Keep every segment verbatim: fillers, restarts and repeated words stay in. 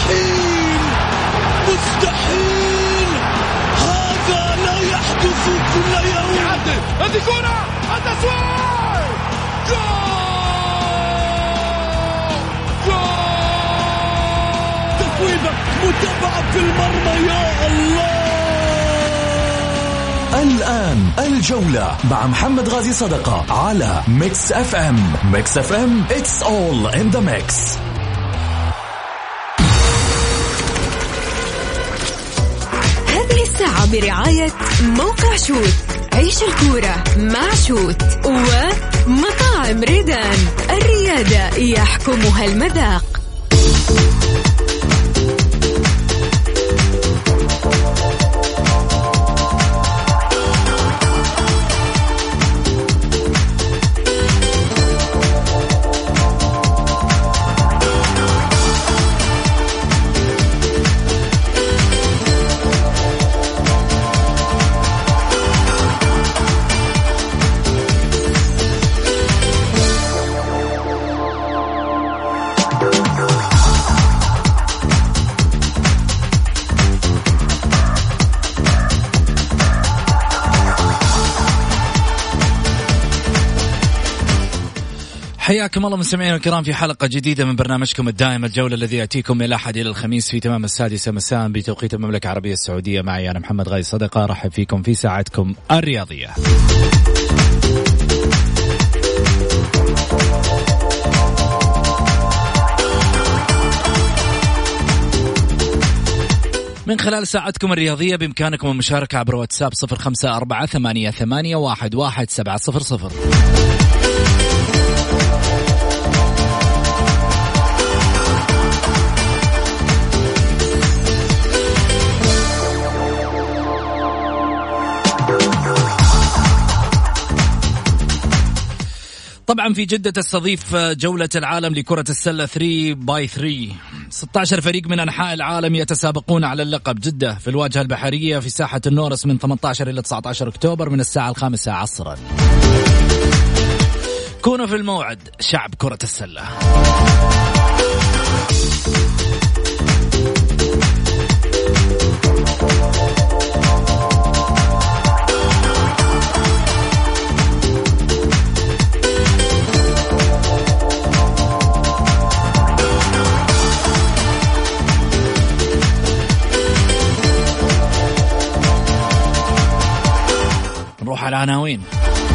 مستحيل مستحيل، هذا لا يحدث كل يوم. يعدل هذه كرة التسويق، جول جول، تسويبة متابعة في المرمى، يا الله. الآن الجولة مع محمد غازي صدقة على ميكس اف ام. ميكس اف ام it's all in the mix. هذه الساعة برعاية موقع شوت، عيش الكورة مع شوت، ومطاعم ريدان الريادة يحكمها المذاق. حياكم الله مستمعينا الكرام في حلقة جديدة من برنامجكم الدائم الجولة، الذي يأتيكم من الأحد إلى الخميس في تمام السادسة مساء بتوقيت المملكة العربية السعودية. معي أنا محمد غازي صدقة، رحب فيكم في ساعتكم الرياضية. من خلال ساعتكم الرياضية بإمكانكم المشاركة عبر واتساب صفر خمسة أربعة ثمانية ثمانية واحد واحد سبعة صفر صفر. طبعا في جدة تستضيف جولة العالم لكرة السلة ثلاثة باي ثلاثة. ستة عشر فريق من أنحاء العالم يتسابقون على اللقب. جدة في الواجهة البحرية في ساحة النورس من ثمانية عشر إلى تسعة عشر أكتوبر من الساعة الخامسة عصرا. كونوا في الموعد شعب كرة السلة. نروح على العناوين.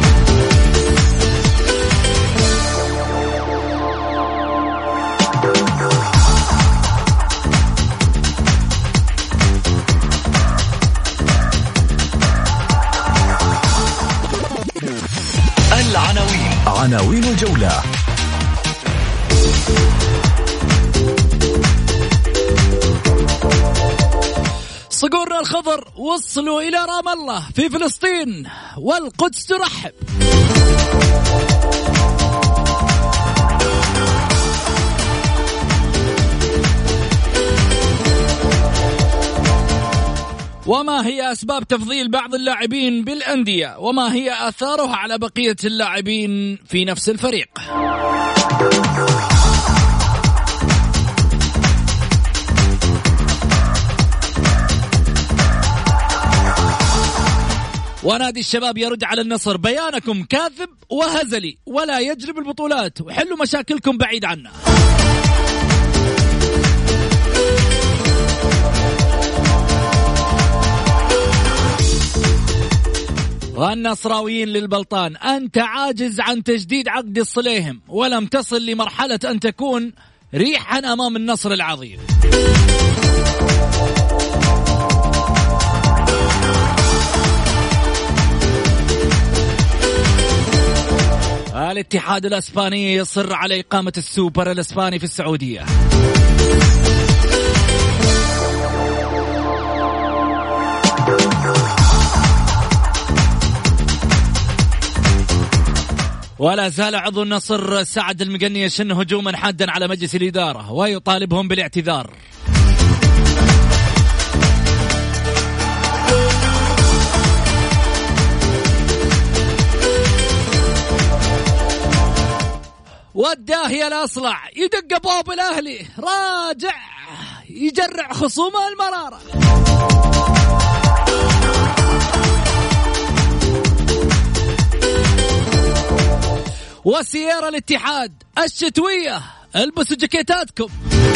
العناوين عناوين الجولة. صقورنا الخضر وصلوا إلى رام الله في فلسطين والقدس ترحب. وما هي أسباب تفضيل بعض اللاعبين بالأندية، وما هي آثارها على بقية اللاعبين في نفس الفريق؟ ونادي الشباب يرد على النصر: بيانكم كاذب وهزلي ولا يجلب البطولات، وحلوا مشاكلكم بعيد عنا. والنصراويين للبلطان: أنت عاجز عن تجديد عقد الصليهم ولم تصل لمرحلة أن تكون ريحا أمام النصر العظيم. الاتحاد الأسباني يصر على إقامة السوبر الأسباني في السعودية. ولا زال عضو النصر سعد المقني يشن هجوما حادا على مجلس الإدارة ويطالبهم بالاعتذار. والداهية الأصلع يدق باب الأهلي: راجع يجرع خصومه المرارة. وسيارة الاتحاد الشتوية، البسوا جاكيتاتكم.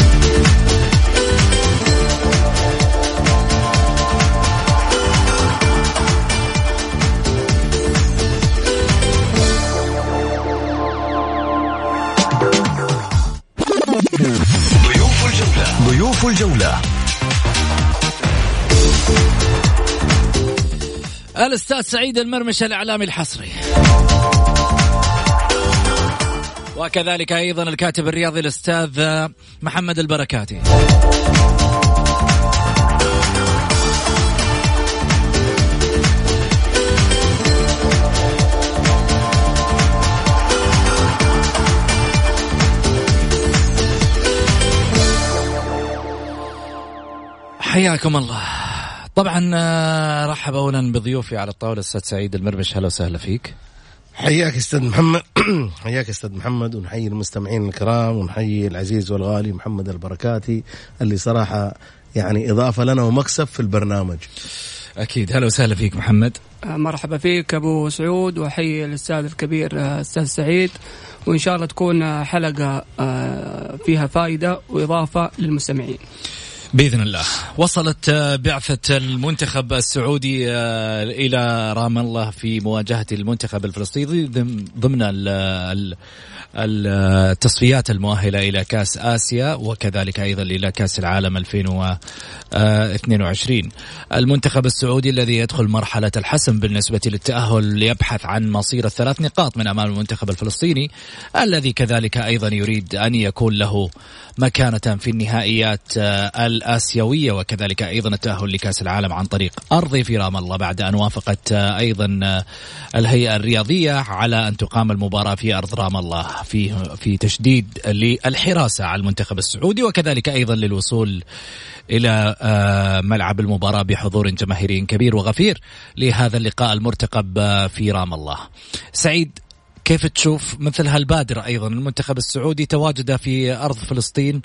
ضيوف الجولة. ضيوف الجولة. الأستاذ سعيد المرمش الإعلامي الحصري، وكذلك أيضا الكاتب الرياضي الأستاذ محمد البركاتي. حياكم الله. طبعا رحب أولا بضيوفي على الطاولة الأستاذ سعيد المرمش، هلا وسهلا فيك. حياك استاذ محمد. حياك استاذ محمد، ونحيي المستمعين الكرام، ونحيي العزيز والغالي محمد البركاتي اللي صراحة يعني إضافة لنا ومكسب في البرنامج. أكيد، هلا وسهلا فيك محمد. مرحبا فيك أبو سعود، وحيي الأستاذ الكبير أستاذ سعيد، وإن شاء الله تكون حلقة فيها فائدة وإضافة للمستمعين بإذن الله. وصلت بعثة المنتخب السعودي إلى رام الله في مواجهة المنتخب الفلسطيني ضمن التصفيات المؤهلة إلى كأس آسيا، وكذلك أيضا إلى كأس العالم ألفين واثنين وعشرين. المنتخب السعودي الذي يدخل مرحلة الحسم بالنسبة للتأهل ليبحث عن مصير الثلاث نقاط من أمام المنتخب الفلسطيني، الذي كذلك أيضا يريد أن يكون له مكانة في النهائيات الآسيوية، وكذلك أيضا التأهل لكأس العالم عن طريق أرضي في رام الله، بعد أن وافقت أيضا الهيئة الرياضية على أن تقام المباراة في أرض رام الله في في تشديد للحراسة على المنتخب السعودي، وكذلك أيضا للوصول إلى ملعب المباراة بحضور جماهيري كبير وغفير لهذا اللقاء المرتقب في رام الله. سعيد، كيف تشوف مثل هالبادرة أيضا المنتخب السعودي تواجده في أرض فلسطين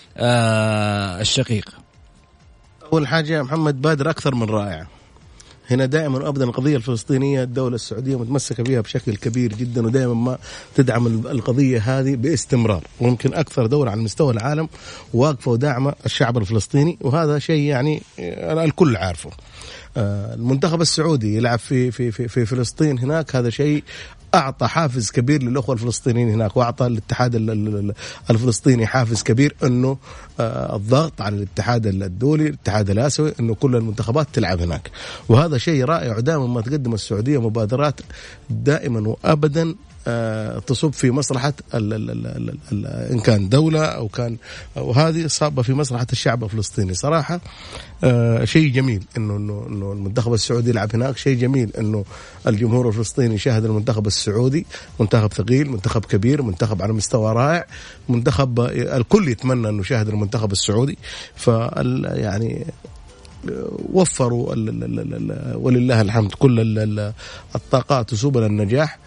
الشقيق؟ أول حاجة محمد، بادرة أكثر من رائعة. هنا دائما وأبدا القضية الفلسطينية الدولة السعودية متمسكة بها بشكل كبير جدا، ودائما ما تدعم القضية هذه باستمرار، ويمكن أكثر دولة على مستوى العالم واقفة وداعمة الشعب الفلسطيني، وهذا شيء يعني الكل عارفه. المنتخب السعودي يلعب في في في في فلسطين هناك، هذا شيء أعطى حافز كبير للأخوة الفلسطينيين هناك، وأعطى الاتحاد الفلسطيني حافز كبير أنه الضغط على الاتحاد الدولي الاتحاد الآسيوي أنه كل المنتخبات تلعب هناك، وهذا شيء رائع. ودائما ما تقدم السعودية مبادرات دائما وأبدا تصب في مصلحة ال ال ال ال ال إن كان دولة أو كان، وهذه صابة في مصلحة الشعب الفلسطيني صراحة. آه شيء جميل إنه إنه إنه المنتخب السعودي يلعب هناك، شيء جميل إنه الجمهور الفلسطيني يشاهد المنتخب السعودي، منتخب ثقيل، منتخب كبير، منتخب على مستوى رائع، منتخب الكل يتمنى إنه يشاهد المنتخب السعودي. فال يعني وفروا ولله الحمد كل الطاقات وسبل النجاح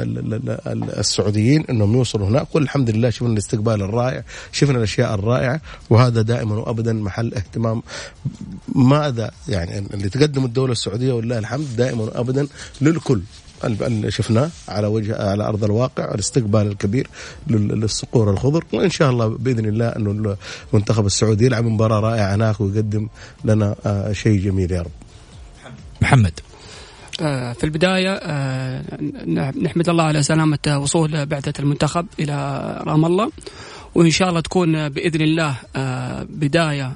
السعوديين انهم يوصلوا هناك، والحمد لله شفنا الاستقبال الرائع، شفنا الاشياء الرائعه، وهذا دائما وابدا محل اهتمام. ماذا يعني اللي تقدم الدوله السعوديه ولله الحمد دائما وابدا للكل اللي شفناه على وجه على ارض الواقع، الاستقبال الكبير للصقور الخضر، وان شاء الله باذن الله انه المنتخب السعودي يلعب مباراه رائعه هناك ويقدم لنا شيء جميل يا رب. محمد، في البداية نحمد الله على سلامة وصول بعثة المنتخب إلى رام الله، وإن شاء الله تكون بإذن الله بداية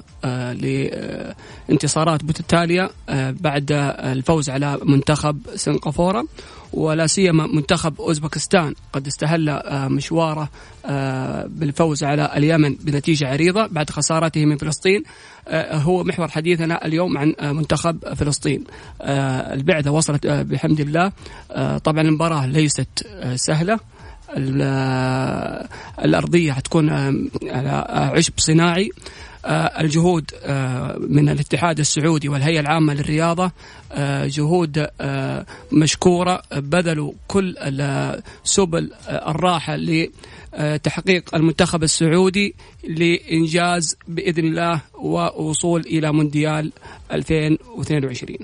لانتصارات متتالية بعد الفوز على منتخب سنغافورة، ولا سيما منتخب أوزبكستان قد استهل مشواره بالفوز على اليمن بنتيجة عريضة بعد خسارته من فلسطين. هو محور حديثنا اليوم عن منتخب فلسطين. البعثة وصلت بحمد الله. طبعا المباراة ليست سهلة، الأرضية حتكون على عشب صناعي، الجهود من الاتحاد السعودي والهيئة العامة للرياضة جهود مشكورة، بذلوا كل سبل الراحة لتحقيق المنتخب السعودي لإنجاز بإذن الله ووصول إلى مونديال ألفين واثنين وعشرين.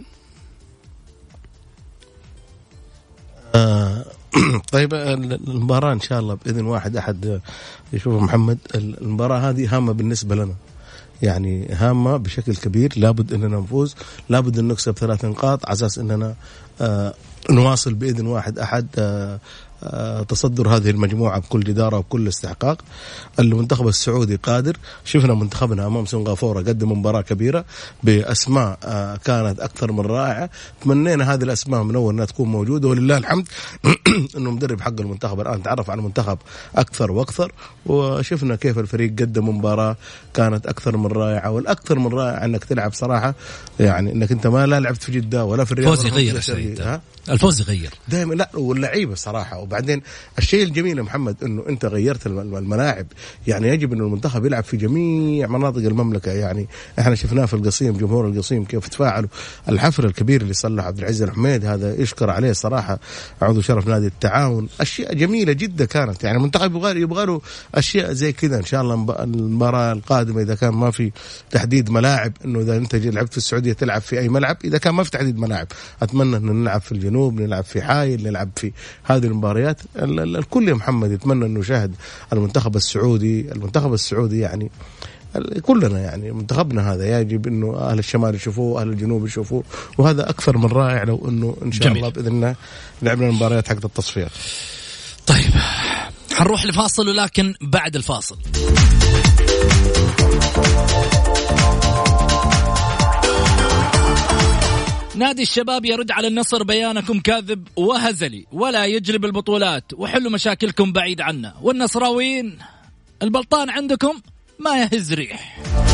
آه طيب المباراة إن شاء الله بإذن واحد أحد يشوف محمد، المباراة هذه هامة بالنسبة لنا، يعني هامة بشكل كبير، لابد أننا نفوز، لابد أن نكسب ثلاث نقاط على أساس أننا آه نواصل بإذن واحد أحد آه تصدر هذه المجموعة بكل جدارة وبكل استحقاق. المنتخب السعودي قادر، شفنا منتخبنا أمام سنغافورة قدم مباراة كبيرة بأسماء كانت أكثر من رائعة، تمنينا هذه الأسماء من أول أنها تكون موجودة، ولله الحمد أنه مدرب حق المنتخب الآن تعرف على المنتخب أكثر وأكثر، وشفنا كيف الفريق قدم مباراة كانت أكثر من رائعة. والأكثر من رائع أنك تلعب صراحة، يعني أنك أنت ما لا لعبت في جدة ولا في الرياض. الفوز يغير الفوز يغير دائما، لا واللعيبة صراحة. وبعدين الشيء الجميل يا محمد انه انت غيرت الملاعب، يعني يجب انه المنتخب يلعب في جميع مناطق المملكه. يعني احنا شفناه في القصيم، جمهور القصيم كيف تفاعلوا، الحفل الكبير اللي صلح عبد العزيز الحميد هذا يشكر عليه صراحه، عضو شرف نادي التعاون، اشياء جميله جدا كانت. يعني المنتخب يبغى يبغى له اشياء زي كذا ان شاء الله. المباراه القادمه اذا كان ما في تحديد ملاعب، انه اذا انت لعبت في السعوديه تلعب في اي ملعب، اذا كان ما في تحديد ملاعب اتمنى انه نلعب في الجنوب، نلعب في حايل، نلعب في هذه المباريات. الكل يا محمد يتمنى انه يشاهد المنتخب السعودي. المنتخب السعودي يعني كلنا، يعني منتخبنا هذا يجب انه اهل الشمال يشوفوه، اهل الجنوب يشوفوه، وهذا اكثر من رائع لو انه ان شاء جميل. الله باذن الله لعبنا المباريات حق التصفيات. طيب حنروح لفاصل، ولكن بعد الفاصل نادي الشباب يرد على النصر: بيانكم كاذب وهزلي ولا يجلب البطولات، وحلوا مشاكلكم بعيد عنا، والنصراويين البلطان عندكم ما يهز ريح.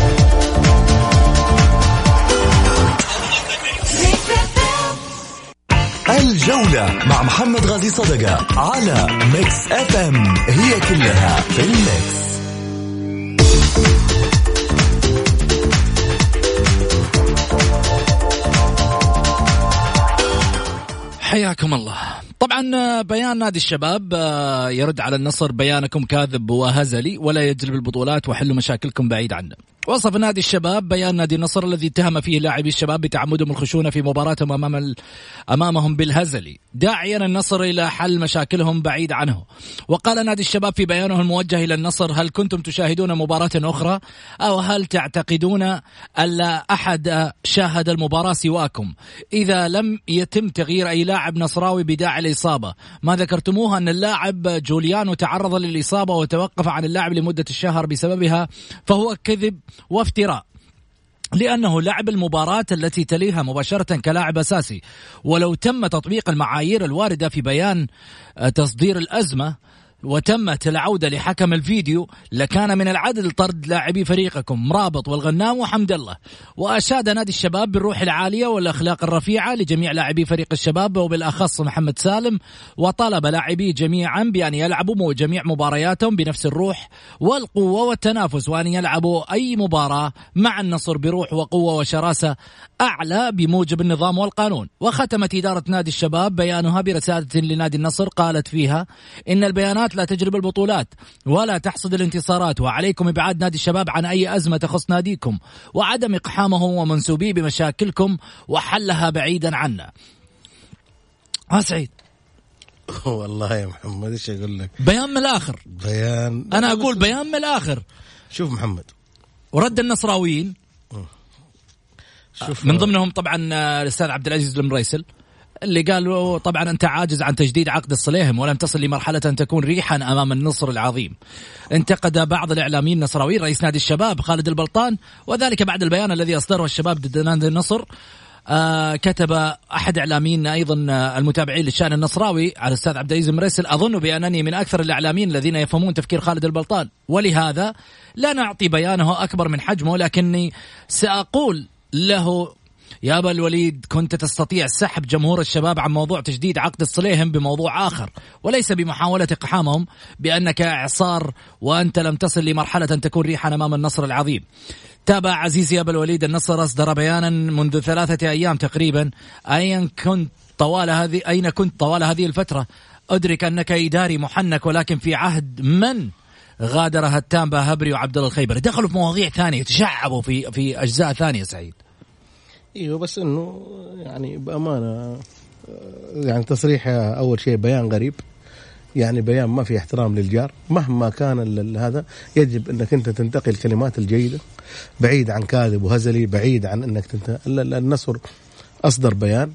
الجولة مع محمد غازي صدقة على ميكس اف ام، هي كلها في الميكس. حياكم الله. طبعا بيان نادي الشباب يرد على النصر: بيانكم كاذب وهزلي ولا يجلب البطولات، وحلوا مشاكلكم بعيد عنا. وصف نادي الشباب بيان نادي النصر الذي اتهم فيه لاعبي الشباب بتعمدهم الخشونة في مباراتهم أمام ال... أمامهم بالهزلي، داعيا النصر إلى حل مشاكلهم بعيد عنه. وقال نادي الشباب في بيانه الموجه إلى النصر: هل كنتم تشاهدون مباراة أخرى، أو هل تعتقدون أن أحد شاهد المباراة سواكم؟ إذا لم يتم تغيير أي لاعب نصراوي بداعي الإصابة، ما ذكرتموها أن اللاعب جوليانو تعرض للإصابة وتوقف عن اللعب لمدة الشهر بسببها، فهو كذب وافتراء، لأنه لعب المباراة التي تليها مباشرة كلاعب أساسي. ولو تم تطبيق المعايير الواردة في بيان تصدير الأزمة وتمت العودة لحكم الفيديو، لكان من العدل طرد لاعبي فريقكم مرابط والغنام وحمد الله. وأشاد نادي الشباب بالروح العالية والأخلاق الرفيعة لجميع لاعبي فريق الشباب وبالأخص محمد سالم، وطلب لاعبي جميعا بأن يلعبوا جميع مبارياتهم بنفس الروح والقوة والتنافس، وأن يلعبوا أي مباراة مع النصر بروح وقوة وشراسة أعلى بموجب النظام والقانون. وختمت إدارة نادي الشباب بيانها برسالة لنادي النصر قالت فيها: إن البيانات لا تجلب البطولات ولا تحصد الانتصارات، وعليكم إبعاد نادي الشباب عن أي أزمة تخص ناديكم، وعدم إقحامه ومنسوبيه بمشاكلكم وحلها بعيدا عنا. ها سعيد والله يا محمد إيش أقول لك، بيان من الآخر. بيان أنا أقول بيان من الآخر. شوف محمد، ورد النصراويين شوف من ضمنهم طبعا الأستاذ عبد العزيز المريسل، اللي قالوا طبعا أنت عاجز عن تجديد عقد الصليهم ولم تصل لمرحلة أن تكون ريحا أمام النصر العظيم. انتقد بعض الإعلاميين النصراويين رئيس نادي الشباب خالد البلطان، وذلك بعد البيان الذي أصدره الشباب ضد نادي النصر. آه كتب أحد إعلاميين أيضا المتابعين للشأن النصراوي على الأستاذ عبد العزيز المريسل: أظن بأنني من أكثر الإعلاميين الذين يفهمون تفكير خالد البلطان، ولهذا لا نعطي بيانه أكبر من حجمه، لكني سأقول له: يا أبا الوليد، كنت تستطيع سحب جمهور الشباب عن موضوع تجديد عقد الصليهم بموضوع آخر، وليس بمحاولة إقحامهم بأنك إعصار وأنت لم تصل لمرحلة أن تكون ريحا أمام النصر العظيم. تابع عزيزي أبا الوليد، النصر أصدر بيانا منذ ثلاثة أيام تقريبا: أين كنت طوال هذه أين كنت طوال هذه الفترة؟ أدرك أنك إداري محنك، ولكن في عهد من غادرها التامبا هبري وعبد الله الخيبر. دخلوا في مواضيع ثانية، تشعبوا في في أجزاء ثانية. سعيد ايوه بس انه يعني بامانه يعني تصريح اول شيء بيان غريب، يعني بيان ما في احترام للجار مهما كان هذا. يجب انك انت تنتقي الكلمات الجيده بعيد عن كاذب وهزلي، بعيد عن انك تنت... النصر اصدر بيان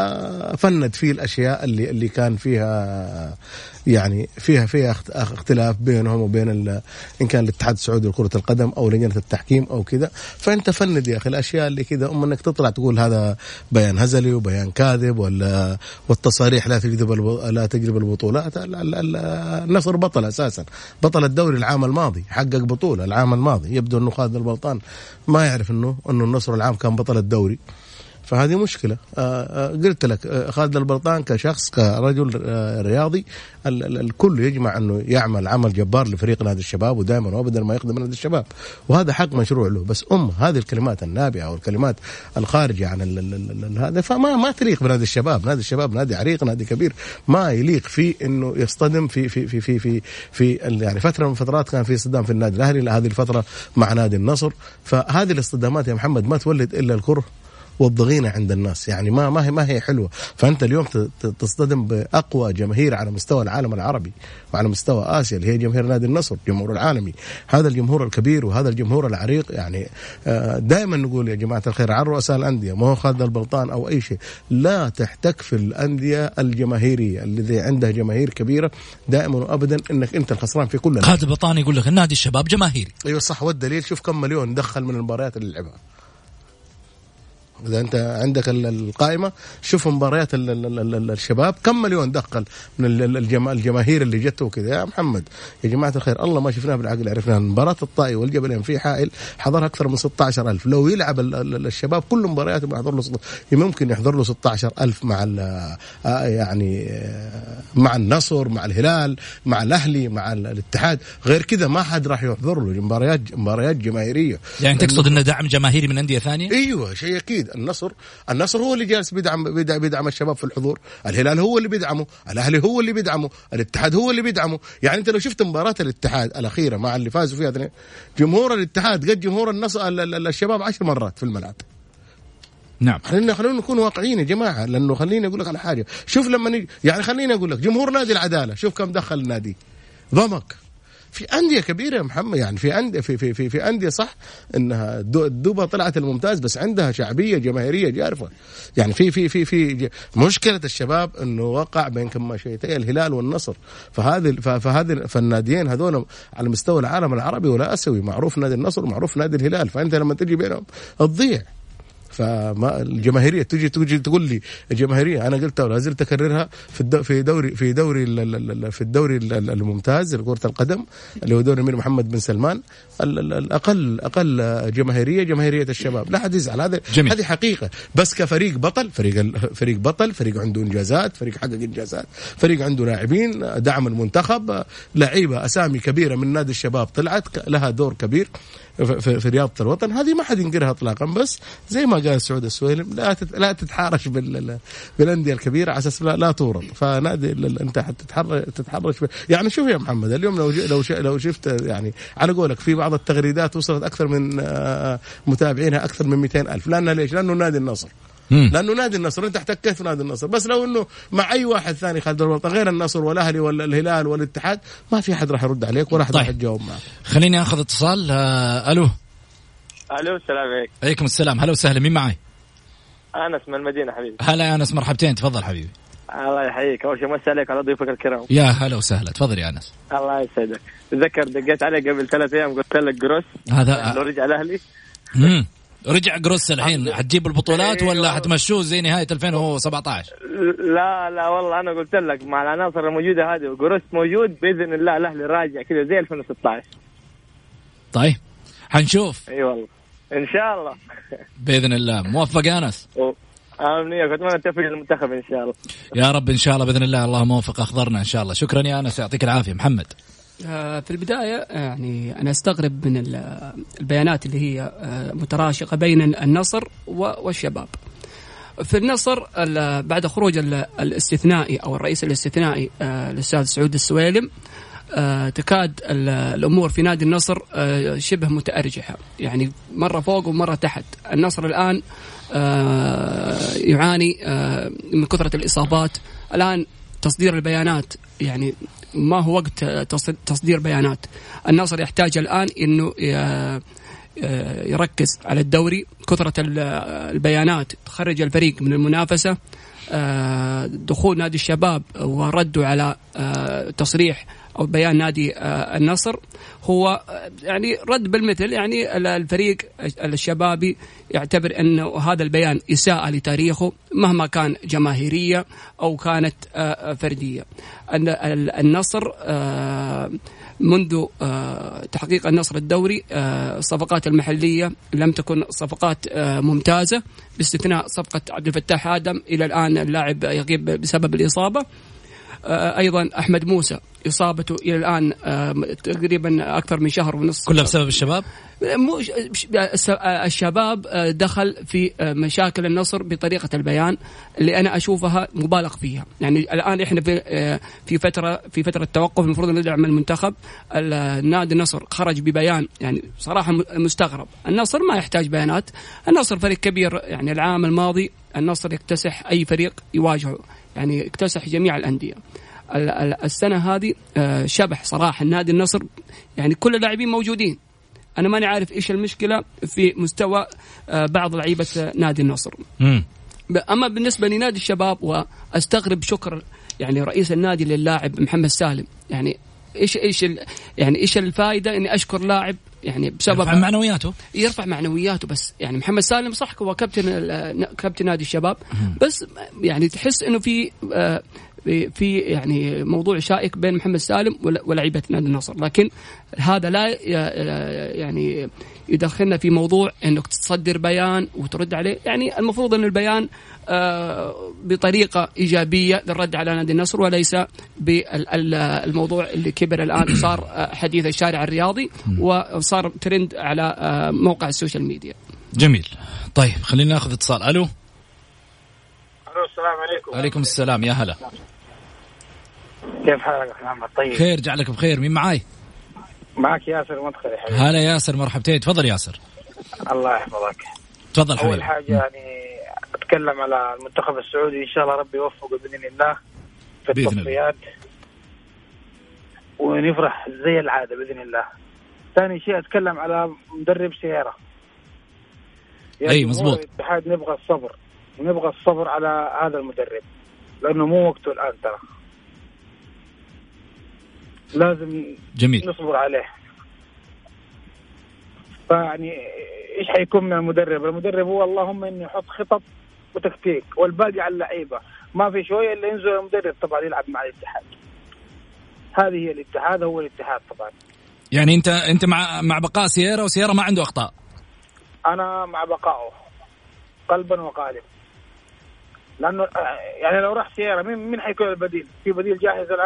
فند فيه الاشياء اللي اللي كان فيها يعني فيها فيها اختلاف بينهم وبين ان كان الاتحاد السعودي لكرة القدم او لجنة التحكيم او كذا. فانت فند يا اخي الاشياء اللي كذا، ام انك تطلع تقول هذا بيان هزلي وبيان كاذب ولا والتصاريح لا تجذب لا تجلب البطولات. النصر بطل اساسا، بطل الدوري العام الماضي، حقق بطولة العام الماضي. يبدو انه خالد البلطان ما يعرف انه انه النصر العام كان بطل الدوري، فهذه مشكلة. آه آه قلت لك آه خالد البلطان كشخص كرجل آه رياضي ال- ال- الكل يجمع أنه يعمل عمل جبار لفريق نادي الشباب، ودائما وابدا ما يخدم نادي الشباب، وهذا حق مشروع له. بس أم هذه الكلمات النابعة والكلمات الخارجة عن ال- ال- ال- هذا فما ما تليق بنادي الشباب. نادي الشباب نادي عريق، نادي كبير، ما يليق فيه إنه يصطدم في في في في في, في يعني فترة من فترات كان في صدام في النادي الأهلي، هذه الفترة مع نادي النصر. فهذه الاصطدامات يا محمد ما تولد إلا الكره والضغينة عند الناس، يعني ما ما هي ما هي حلوة. فأنت اليوم تصطدم بأقوى جماهير على مستوى العالم العربي وعلى مستوى آسيا اللي هي جماهير نادي النصر، جمهور العالمي، هذا الجمهور الكبير وهذا الجمهور العريق. يعني دائما نقول يا جماعة الخير عن رؤساء الأندية، ما هو خالد البلطان أو أي شيء، لا تحتك في الأندية الجماهيرية الذي عندها جماهير كبيرة دائما وأبدا إنك أنت الخسران في كل. خالد البلطان يقول لك النادي الشباب جماهيري. أيوة صح، والدليل شوف كم مليون دخل من المباريات اللي لعبها. إذا أنت عندك القائمة شوف مباريات الشباب كم مليون دخل من الجماهير اللي جته وكذا. يا محمد يا جماعة الخير الله ما شفناه بالعقل، عرفنا مباراة الطائي والجبلين في حائل حضر أكثر من ستة عشر ألف. لو يلعب الشباب كل مباريات يحضر له ممكن يحضر له ستة عشر ألف مع يعني مع النصر مع الهلال مع الأهلي مع الاتحاد، غير كذا ما حد راح يحضر له مباريات مباريات جماهيرية. يعني تقصد إنه دعم جماهيري من أندية ثانية؟ أيوة شيء أكيد. النصر النصر هو اللي جالس بيدعم بيدعم الشباب في الحضور، الهلال هو اللي بيدعمه، الاهلي هو اللي بيدعمه، الاتحاد هو اللي بيدعمه. يعني انت لو شفت مباراه الاتحاد الاخيره مع اللي فازوا فيها جمهور الاتحاد قد جمهور النصر الشباب عشر مرات في الملعب. نعم خلينا خلينا نكون واقعيين يا جماعه، لانه خليني اقول لك على حاجه. شوف لما نيجي يعني خليني اقول لك جمهور نادي العداله شوف كم دخل النادي ضمك في أندية كبيرة يا محمد. يعني في أندية في في في في أندية صح إنها الدوبة طلعت الممتاز بس عندها شعبية جماهيرية جارفة. يعني في في في في مشكلة الشباب إنه وقع بين كماشيتي الهلال والنصر. فهذه فهذه فالناديين هذول على مستوى العالم العربي ولا آسيوي معروف نادي النصر ومعروف نادي الهلال، فأنت لما تجي بينهم تضيع. فما الجماهيرية تجي تجي تقول لي الجماهيرية، أنا قلتها ولا زلت أكررها في في دوري في دوري في الدوري الممتاز لكرة القدم اللي هو دوري الأمير محمد بن سلمان، الأقل أقل جماهيرية جماهيرية الشباب. لا حد يزعل، هذا هذه حقيقة. بس كفريق بطل، فريق فريق بطل، فريق عنده إنجازات، فريق حقق إنجازات، فريق عنده لاعبين دعم المنتخب، لعيبة أسامي كبيرة من نادي الشباب طلعت لها دور كبير في, في رياضة الوطن. هذه ما حد ينكرها اطلاقا. بس زي ما قال سعود السويلم لا لا تتحارش بالانديه الكبيره على اساس لا, لا تورط. فنادي انت حتتحرش تتحرش يعني. شوف يا محمد اليوم لو لو لو شفت يعني على قولك في بعض التغريدات وصلت اكثر من متابعينها اكثر من مئتين ألف. لانه ليش؟ لانه نادي النصر لانه نادي النصر انت احتكيت في نادي النصر. بس لو انه مع اي واحد ثاني خالد البلطان غير النصر والاهلي ولا الهلال والاتحاد ما في حد راح يرد عليك ولا حد راح يجاوب معك. خليني اخذ اتصال. آه الو الو السلام عليكم. عليكم السلام، هلا وسهلا. مين معي؟ انس من المدينه حبيبي. هلا يا انس، مرحبتين، تفضل حبيبي. الله يحييك. اول شيء مسي عليك على ضيوفك الكرام. يا هلا وسهلا، تفضل يا انس. الله يسعدك. تذكر دقيت علي قبل ثلاث ايام قلت لك جروس هذا لو رجع الاهلي. امم رجع جروس الحين حتجيب البطولات ولا حتمشوه زي نهايه ألفين وسبعة عشر؟ لا لا والله انا قلت لك مع العناصر الموجوده هذه وجروس موجود باذن الله الاهلي راجع كذا زي ألفين وستة عشر. طيب حنشوف. اي والله ان شاء الله باذن الله. موفق يا انس. امنيه اتمنى التوفيق للمنتخب ان شاء الله. يا رب ان شاء الله باذن الله. الله موفق اخضرنا ان شاء الله. شكرا يا انس، يعطيك العافيه. محمد في البداية يعني أنا أستغرب من البيانات اللي هي متراشقة بين النصر والشباب. في النصر بعد خروج الاستثنائي أو الرئيس الاستثنائي الأستاذ سعود السويلم تكاد الأمور في نادي النصر شبه متأرجحة، يعني مرة فوق ومرة تحت. النصر الآن يعاني من كثرة الإصابات. الآن تصدير البيانات يعني ما هو وقت تصدير بيانات. النصر يحتاج الآن إنه يركز على الدوري. كثرة البيانات تخرج الفريق من المنافسة. دخول نادي الشباب وردوا على تصريح أو بيان نادي النصر هو يعني رد بالمثل. يعني الفريق الشبابي يعتبر أنه هذا البيان إساءة لتاريخه مهما كان جماهيرية أو كانت فردية. النصر منذ تحقيق النصر الدوري الصفقات المحلية لم تكن صفقات ممتازة باستثناء صفقة عبد الفتاح آدم. إلى الآن اللاعب يغيب بسبب الإصابة. أيضا أحمد موسى إصابته إلى الآن تقريبا أكثر من شهر ونصف. كلها بسبب الشباب. الشباب دخل في مشاكل النصر بطريقة البيان اللي أنا أشوفها مبالغ فيها. يعني الآن إحنا في في فترة في فترة توقف، المفروض أن ندعم المنتخب. النادي النصر خرج ببيان يعني صراحة مستغرب. النصر ما يحتاج بيانات. النصر فريق كبير. يعني العام الماضي النصر يكتسح أي فريق يواجهه، يعني اكتسح جميع الأندية. السنة هذه شبح صراحة النادي النصر، يعني كل اللاعبين موجودين. أنا ماني عارف إيش المشكلة في مستوى بعض لعيبة نادي النصر. مم. أما بالنسبة لنادي الشباب، وأستغرب شكر يعني رئيس النادي للاعب محمد سالم. يعني إيش إيش يعني إيش الفائدة إني أشكر لاعب يعني بسبب يرفع معنوياته يرفع معنوياته بس. يعني محمد سالم صح هو كابتن كابتن نادي الشباب، بس يعني تحس إنه في في يعني موضوع شائك بين محمد سالم ولاعيبة نادي النصر. لكن هذا لا يعني يدخلنا في موضوع انك تصدر بيان وترد عليه. يعني المفروض ان البيان بطريقة إيجابية للرد على نادي النصر، وليس بالموضوع اللي كبر الآن صار حديث الشارع الرياضي وصار ترند على موقع السوشيال ميديا. جميل. طيب خلينا ناخذ اتصال. الو. الو السلام عليكم. وعليكم السلام. يا هلا. كيف حالك يا محمد؟ طيب خير، جعلك بخير. مين معاي؟ معك ياسر مدخلي حبيبي. هلا ياسر، مرحبتين. تفضل ياسر. الله يحفظك. تفضل حبيبي. أول حاجة يعني أتكلم على المنتخب السعودي، إن شاء الله ربي يوفقه بإذن الله في التصفيات ونفرح زي العادة بإذن الله. ثاني شيء أتكلم على مدرب سيارة. يعني أي مزبوط. الاتحاد نبغى الصبر، ونبغى الصبر على هذا المدرب لأنه مو وقته الآن، ترى لازم جميل. نصبر عليه. فيعني إيش حيكون من المدرب؟ المدرب هو اللهم إنه يحط خطط وتكتيك، والباقي على اللعيبة. ما في شوية اللي ينزل المدرب طبعا يلعب مع الاتحاد. هذه هي الاتحاد، هو الاتحاد طبعا. يعني أنت أنت مع مع بقاء سيارة، وسيارة ما عنده أخطاء. أنا مع بقائه قلبا وقالبا، لأنه يعني لو راح سيارة مين مين حيكون البديل؟ في بديل جاهز الآن؟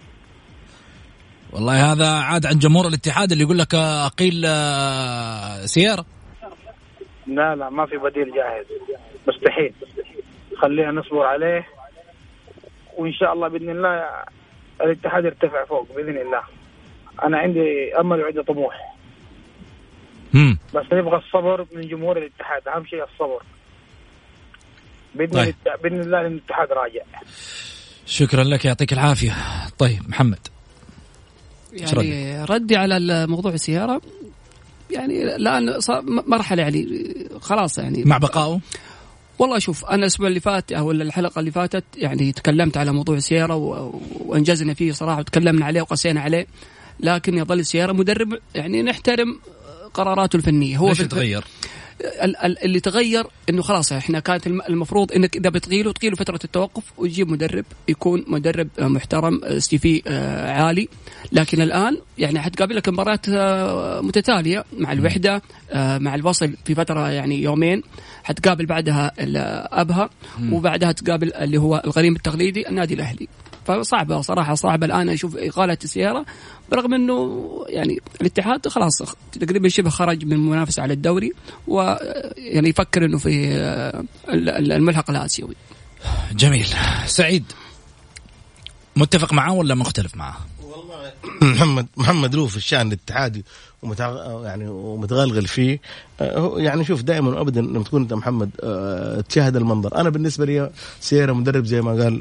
والله هذا عاد عن جمهور الاتحاد اللي يقول لك أقيل سيارة. لا لا ما في بديل جاهز، مستحيل. خلينا نصبر عليه، وإن شاء الله بإذن الله الاتحاد يرتفع فوق بإذن الله. أنا عندي أمل وعندي طموح. مم. بس نبغى الصبر من جمهور الاتحاد، أهم شيء الصبر بإذن, طيب. بإذن الله الاتحاد راجع. شكرا لك، يعطيك العافية. طيب محمد، يعني ردي على الموضوع السيارة، يعني الآن مرحلة يعني خلاص يعني مع بقائه. والله شوف، أنا الأسبوع اللي فات أو الحلقة اللي فاتت يعني تكلمت على موضوع السيارة وأنجزنا فيه صراحة وتكلمنا عليه وقسينا عليه، لكن يظل السيارة مدرب يعني نحترم قراراته الفنية. هو ليش تغير؟ اللي تغير انه خلاص احنا كانت المفروض انك اذا بتغيله تغيله فتره التوقف وتجيب مدرب يكون مدرب محترم استيفي عالي. لكن الان يعني حتقابلك مباريات متتاليه مع الوحده، مع الوصل في فتره يعني يومين، حتقابل بعدها الابها، وبعدها تقابل اللي هو الغريم التقليدي النادي الاهلي. فصعبة صراحة صعبة الآن أشوف إقالة السيارة، برغم أنه يعني الاتحاد خلاص تقريبا شبه خرج من المنافسة على الدوري، ويعني يفكر أنه في الملحق الآسيوي. جميل. سعيد متفق معه ولا مختلف معه؟ والله محمد محمد له في الشأن الاتحادي ومتغ... يعني ومتغلغل فيه. يعني شوف دائما ابدا لما تكون انت محمد تشاهد المنظر. انا بالنسبه لي سيارة مدرب زي ما قال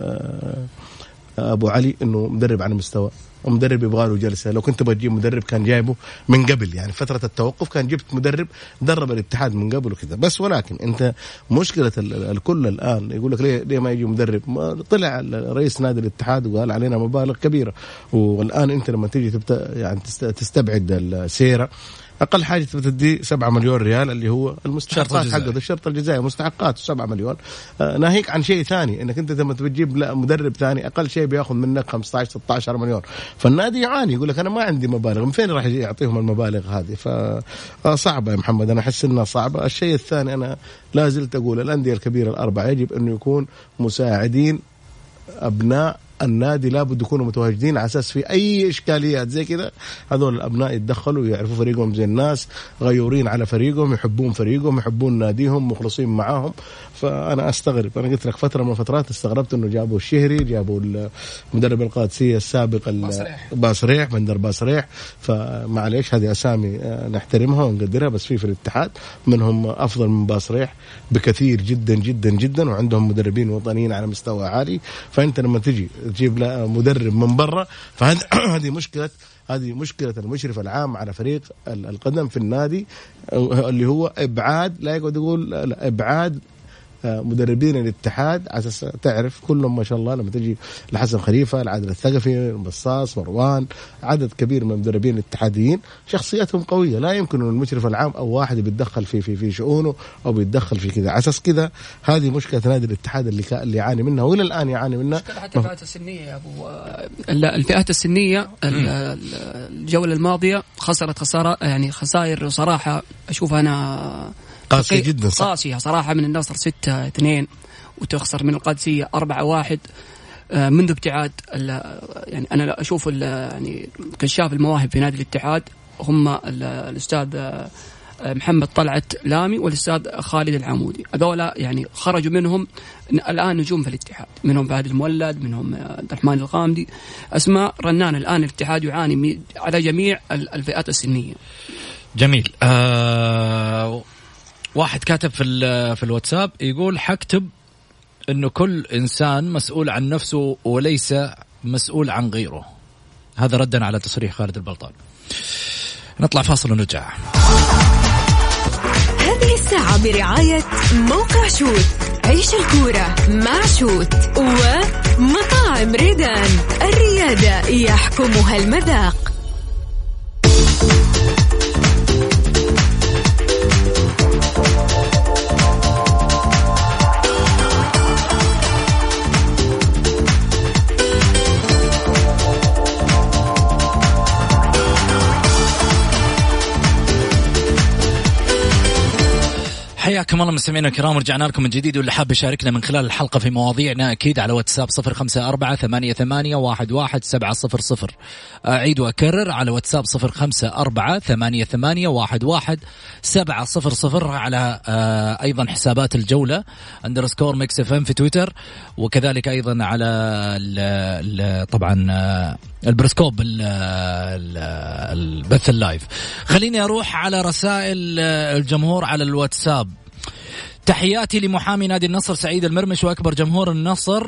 ابو علي انه مدرب على مستوى، ومدرب يبغى له جلسه. لو كنت بجيب مدرب كان جايبه من قبل، يعني فتره التوقف كان جبت مدرب درب الاتحاد من قبل وكذا. بس ولكن انت مشكله الكل الان يقول لك ليه ليه ما يجي مدرب؟ ما طلع رئيس نادي الاتحاد وقال علينا مبالغ كبيره، والان انت لما تيجي تبدا يعني تستبعد السيره أقل حاجة تدي سبعة مليون ريال اللي هو المستحقات حقه الشرط الجزائي مستحقات سبعة مليون. آه ناهيك عن شيء ثاني إنك أنت لما تجيب مدرب ثاني أقل شيء بياخذ منك خمسة عشر ستة عشر مليون. فالنادي يعاني يقول لك أنا ما عندي مبالغ، من فين راح يعطيهم المبالغ هذه؟ فصعبة يا محمد، أنا أحس إنها صعبة. الشيء الثاني أنا لا زلت أقول الأندية الكبيرة الأربعة يجب أنه يكون مساعدين أبناء النادي لابد يكونوا متواجدين على أساس في أي إشكاليات زي كذا هذول الأبناء يتدخلوا ويعرفوا فريقهم زي الناس، غيورين على فريقهم، يحبون فريقهم، يحبون ناديهم، مخلصين معاهم. فأنا أستغرب، أنا قلت لك فترة من الفترات استغربت إنه جابوا الشهري، جابوا المدرب القادسية السابق باسريح بندر باسريح. فمعليش هذه أسامي نحترمها ونقدرها، بس في في الاتحاد منهم أفضل من باسريح بكثير جدا جدا جدا، وعندهم مدربين وطنيين على مستوى عالي. فأنت لما تجي تجيب له مدرب من برا فهذه هذه مشكلة هذه مشكلة المشرف العام على فريق القدم في النادي، اللي هو إبعاد، لا يقعد يقول لا إبعاد مدربين الاتحاد على أساس تعرف كلهم ما شاء الله. لما تجي لحسن خليفة، العادل الثقفي، البصاص، مروان، عدد كبير من المدربين الاتحاديين شخصياتهم قوية، لا يمكن أن المشرف العام أو واحد بيتدخل في في في شؤونه أو بيتدخل في كذا. على أساس كذا هذه مشكلة نادي الاتحاد اللي اللي يعاني منها وإلى الآن يعاني منها. حتى الفئات السنية يا أبو الفئات السنية الجولة الماضية خسرت خسارة يعني خسائر صراحة أشوف أنا قاسية جدا، قاسية صراحة. من النصر ستة اثنين وتخسر من القادسية أربعة واحد منذ ابتعاد. يعني أنا أشوف يعني كشاف المواهب في نادي الاتحاد هم الأستاذ محمد طلعت لامي والأستاذ خالد العمودي، هذولا يعني خرجوا منهم الآن نجوم في الاتحاد، منهم فهد المولد، منهم عبد الرحمن الغامدي، أسماء رنان. الآن الاتحاد يعاني على جميع الفئات السنية. جميل. آه واحد كاتب في في الواتساب يقول حكتب إنه كل إنسان مسؤول عن نفسه وليس مسؤول عن غيره. هذا ردا على تصريح خالد البلطان. نطلع فاصل ونرجع. هذه الساعة برعاية موقع شوت. عيش الكورة مع شوت ومطاعم ريدان. الريادة يحكمها المذاق. حياكم الله مستمعينا الكرام، ورجعنا لكم من جديد. واللي حاب يشاركنا من خلال الحلقة في مواضيعنا أكيد على واتساب صفر خمسة أربعة ثمانية ثمانية واحد واحد سبعة صفر صفر. أعيد وأكرر على واتساب صفر خمسة أربعة ثمانية ثمانية واحد واحد سبعة صفر صفر. على أيضا حسابات الجولة أندرسكور ميكس اف ام في تويتر، وكذلك أيضا على ال ال طبعا البرسكوب البث اللايف. خليني أروح على رسائل الجمهور على الواتساب. تحياتي لمحامي نادي النصر سعيد المرمش وأكبر جمهور النصر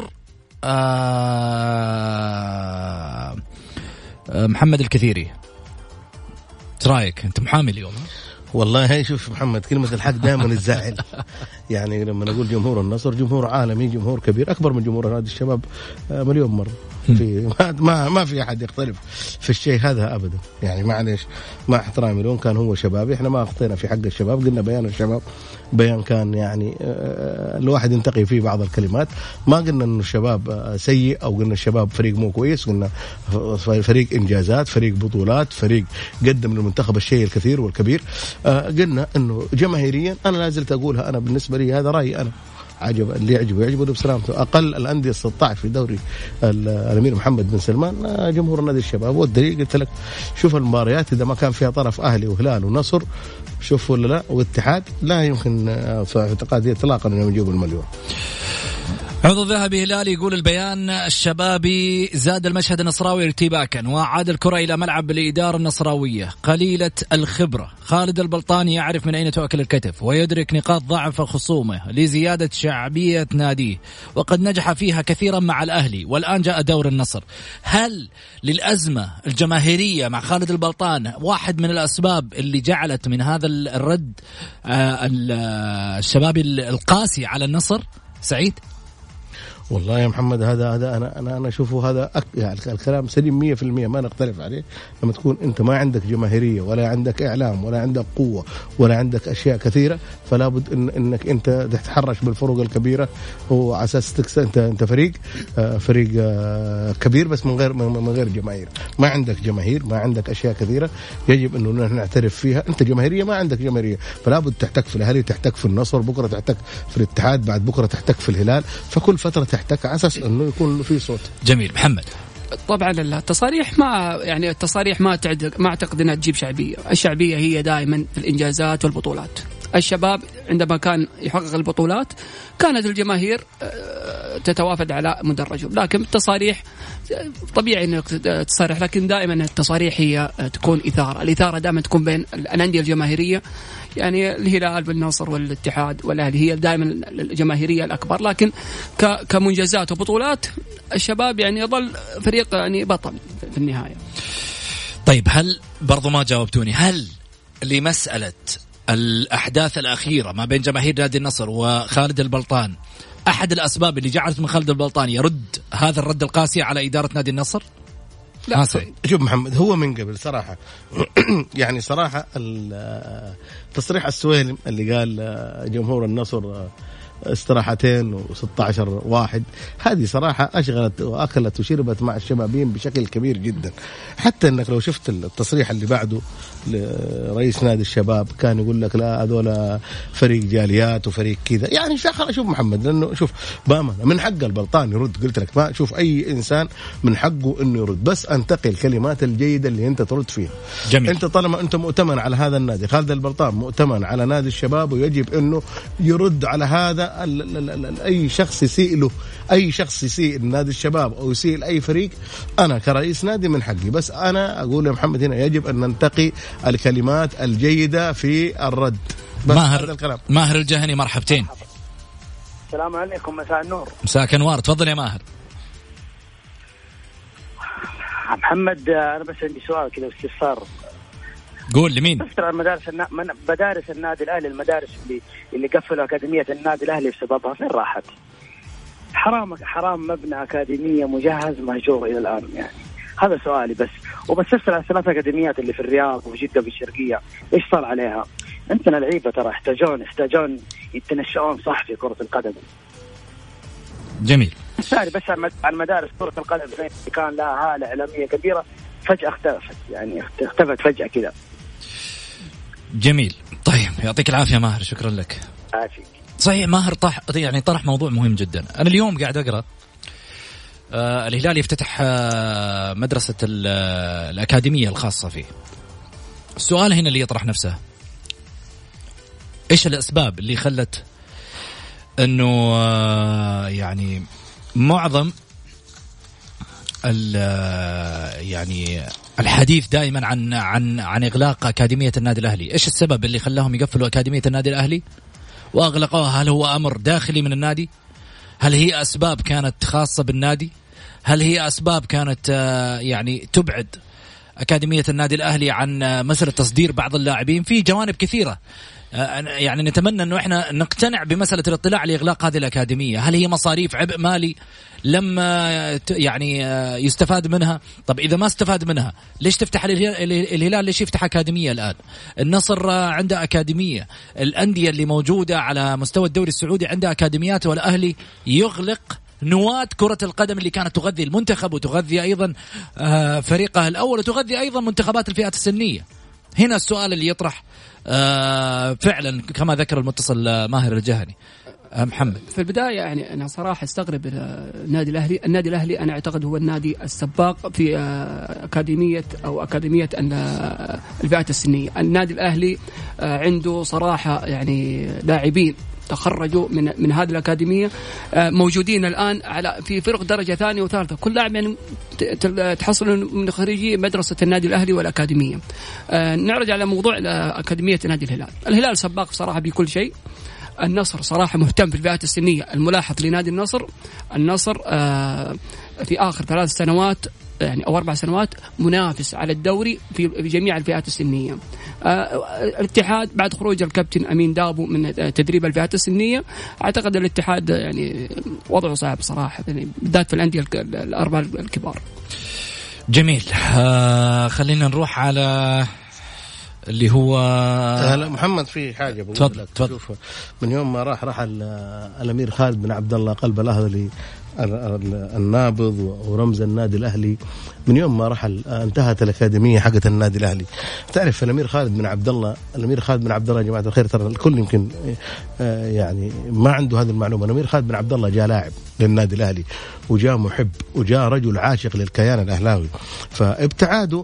آه محمد الكثيري. ترايك أنت محامي اليوم؟ والله هاي شوف محمد، كلمة الحق دائما الزعل. يعني لما نقول جمهور النصر جمهور عالمي، جمهور كبير أكبر من جمهور نادي الشباب مليون مرة. في ما ما في أحد يختلف في الشيء هذا أبدا. يعني معلش مع احترامي لون كان هو شبابي، إحنا ما أخطينا في حق الشباب، قلنا بيان الشباب بيان كان يعني الواحد ينتقي فيه بعض الكلمات. ما قلنا إنه الشباب سيء أو قلنا الشباب فريق مو كويس، قلنا فريق إنجازات، فريق بطولات، فريق قدم للمنتخب الشيء الكثير والكبير. قلنا إنه جماهيريا أنا لازلت أقولها، أنا بالنسبة لي هذا رأيي أنا عجب اللي يعجبه يعجبه بسلامته. أقل الأندية ستة عشر في دوري الأمير محمد بن سلمان جمهور نادي الشباب، والدليل قلت لك شوف المباريات إذا ما كان فيها طرف أهلي وهلال ونصر شوف ولا لا واتحاد لا يمكن في اعتقادي إطلاقا أنهم يجيبوا المليون. عضو ذهبي هلالي يقول البيان الشبابي زاد المشهد النصراوي ارتباكا وعاد الكرة إلى ملعب الإدارة النصراوية قليلة الخبرة. خالد البلطاني يعرف من أين تؤكل الكتف ويدرك نقاط ضعف خصومه لزيادة شعبية ناديه وقد نجح فيها كثيرا مع الأهلي والآن جاء دور النصر. هل للأزمة الجماهيرية مع خالد البلطان واحد من الأسباب اللي جعلت من هذا الرد الشبابي القاسي على النصر؟ سعيد؟ والله يا محمد هذا هذا انا انا انا اشوفه هذا أك... يعني الكلام سليم مية في المية ما نختلف عليه. لما تكون انت ما عندك جماهيريه ولا عندك اعلام ولا عندك قوه ولا عندك اشياء كثيره فلا بد إن انك انت تتحرش بالفروق الكبيره وعلى اساس تكسب. انت انت فريق آه فريق آه كبير بس من غير من غير جماهير. ما عندك جماهير ما عندك اشياء كثيره يجب انه نعترف فيها. انت جماهيريه ما عندك جماهيريه فلا بد تحتك في الاهلي تحتك في النصر بكره تحتك في الاتحاد بعد بكره تحتك في الهلال فكل فتره تحتك على اساس انه يكون في صوت. جميل. محمد؟ طبعا التصاريح ما يعني التصاريح ما تعد ما اعتقد انها تجيب شعبيه. الشعبيه هي دائما في الانجازات والبطولات. الشباب عندما كان يحقق البطولات كانت الجماهير تتوافد على مدرجهم، لكن التصاريح طبيعي انك تصارح لكن دائما التصاريح هي تكون اثاره. الاثاره دائما تكون بين الانديه الجماهيريه يعني الهلال والنصر والاتحاد والاهلي هي دائما الجماهيريه الاكبر، لكن كمنجزات وبطولات الشباب يعني يظل فريق يعني بطل في النهايه. طيب هل برضو ما جاوبتوني هل لمساله الأحداث الأخيرة ما بين جماهير نادي النصر وخالد البلطان أحد الأسباب اللي جعلت من خالد البلطان يرد هذا الرد القاسي على إدارة نادي النصر؟ لا شوف محمد هو من قبل صراحة يعني صراحة التصريح السويلم اللي قال جمهور النصر استراحتين وستة عشر واحد هذه صراحة أشغلت وأكلت وشربت مع الشبابين بشكل كبير جدا. حتى أنك لو شفت التصريح اللي بعده لرئيس نادي الشباب كان يقول لك لا هذول فريق جاليات وفريق كذا يعني شاخر. شوف محمد لأنه شوف بأمانة من حق البلطان يرد. قلت لك ما شوف أي إنسان من حقه إنه يرد بس أنتقي الكلمات الجيدة اللي أنت ترد فيها. جميل. أنت طالما أنت مؤتمن على هذا النادي خالد البلطان مؤتمن على نادي الشباب ويجب إنه يرد على هذا. أي شخص يسيء له أي شخص يسيء لنادي الشباب أو يسيء لأي فريق أنا كرئيس نادي من حقي بس أنا أقول يا محمد هنا يجب أن ننتقي الكلمات الجيدة في الرد. ماهر ماهر الجهني مرحبتين. السلام عليكم مساء النور. مساء أنوار. تفضل يا ماهر. محمد أنا بس عندي سؤال كذا استفسار. قول لمين؟ تفترض المدارس النا... مدارس النادي الأهلي المدارس اللي اللي قفلوا أكاديمية النادي الأهلي بسببها فين راحت؟ حرام حرام مبنى أكاديمية مجهز مهجور إلى الآن يعني هذا سؤالي بس. وبستفسر على الثلاث أكاديميات اللي في الرياض وفي جدة وفي الشرقية إيش صار عليها؟ أنتنا لعيبة ترى احتاجون احتاجون يتنشؤون صح في كرة القدم. جميل. ثاني بس عن مدارس كرة القدم كان لها هالة إعلامية كبيرة فجأة اختلفت يعني اختفت فجأة كذا. جميل. طيب يعطيك العافية ماهر شكرا لك. عافيك. صحيح ماهر طرح يعني طرح موضوع مهم جدا. أنا اليوم قاعد أقرأ آه الهلال يفتتح آه مدرسة الأكاديمية الخاصة فيه. السؤال هنا اللي يطرح نفسه إيش الأسباب اللي خلت أنه آه يعني معظم يعني الحديث دائما عن عن عن إغلاق أكاديمية النادي الأهلي. إيش السبب اللي خلاهم يقفلوا أكاديمية النادي الأهلي وأغلقوها؟ هل هو أمر داخلي من النادي؟ هل هي أسباب كانت خاصة بالنادي؟ هل هي أسباب كانت يعني تبعد أكاديمية النادي الأهلي عن مسألة تصدير بعض اللاعبين؟ في جوانب كثيرة يعني نتمنى أنه إحنا نقتنع بمسألة الاطلاع لإغلاق هذه الأكاديمية. هل هي مصاريف عبء مالي لما يعني يستفاد منها؟ طب إذا ما استفاد منها ليش تفتح الهلال؟ ليش يفتح أكاديمية الآن؟ النصر عنده أكاديمية، الأندية اللي موجودة على مستوى الدوري السعودي عندها أكاديميات، والأهلي يغلق نواة كرة القدم اللي كانت تغذي المنتخب وتغذي أيضا فريقه الأول وتغذي أيضا منتخبات الفئات السنية. هنا السؤال اللي يطرح فعلا كما ذكر المتصل ماهر الجهني، محمد. في البداية يعني أنا صراحة استغرب النادي الأهلي. النادي الأهلي أنا أعتقد هو النادي السباق في أكاديمية أو أكاديمية الفئات السنية. النادي الأهلي عنده صراحة يعني لاعبين تخرجوا من من هذه الأكاديمية موجودين الآن على في فرق درجة ثانية وثالثة. كل لاعب يعني تحصل من خريجي مدرسة النادي الأهلي والأكاديمية. نعرج على موضوع أكاديمية نادي الهلال. الهلال سباق صراحة بكل شيء. النصر صراحة مهتم في الفئات السنية. الملاحظ لنادي النصر، النصر في آخر ثلاث سنوات يعني أو أربع سنوات منافس على الدوري في جميع الفئات السنية. الاتحاد بعد خروج الكابتن أمين دابو من تدريب الفئات السنية أعتقد الاتحاد يعني وضعه صعب صراحة يعني بالذات في الأندية الأربعة الكبار. جميل. آه خلينا نروح على اللي هو هلا محمد. في حاجة بقول لك تشوف من يوم ما راح راح الأمير خالد بن عبد الله قلب الأهلي النابض ورمز النادي الأهلي، من يوم ما راح انتهت الأكاديمية حقت النادي الأهلي. تعرف الأمير خالد بن عبد الله، الأمير خالد بن عبد الله يا جماعة الخير ترى الكل يمكن يعني ما عنده هذه المعلومة. الأمير خالد بن عبد الله جاء لاعب للنادي الأهلي وجاء محب وجاء رجل عاشق للكيان الأهلاوي، فابتعاده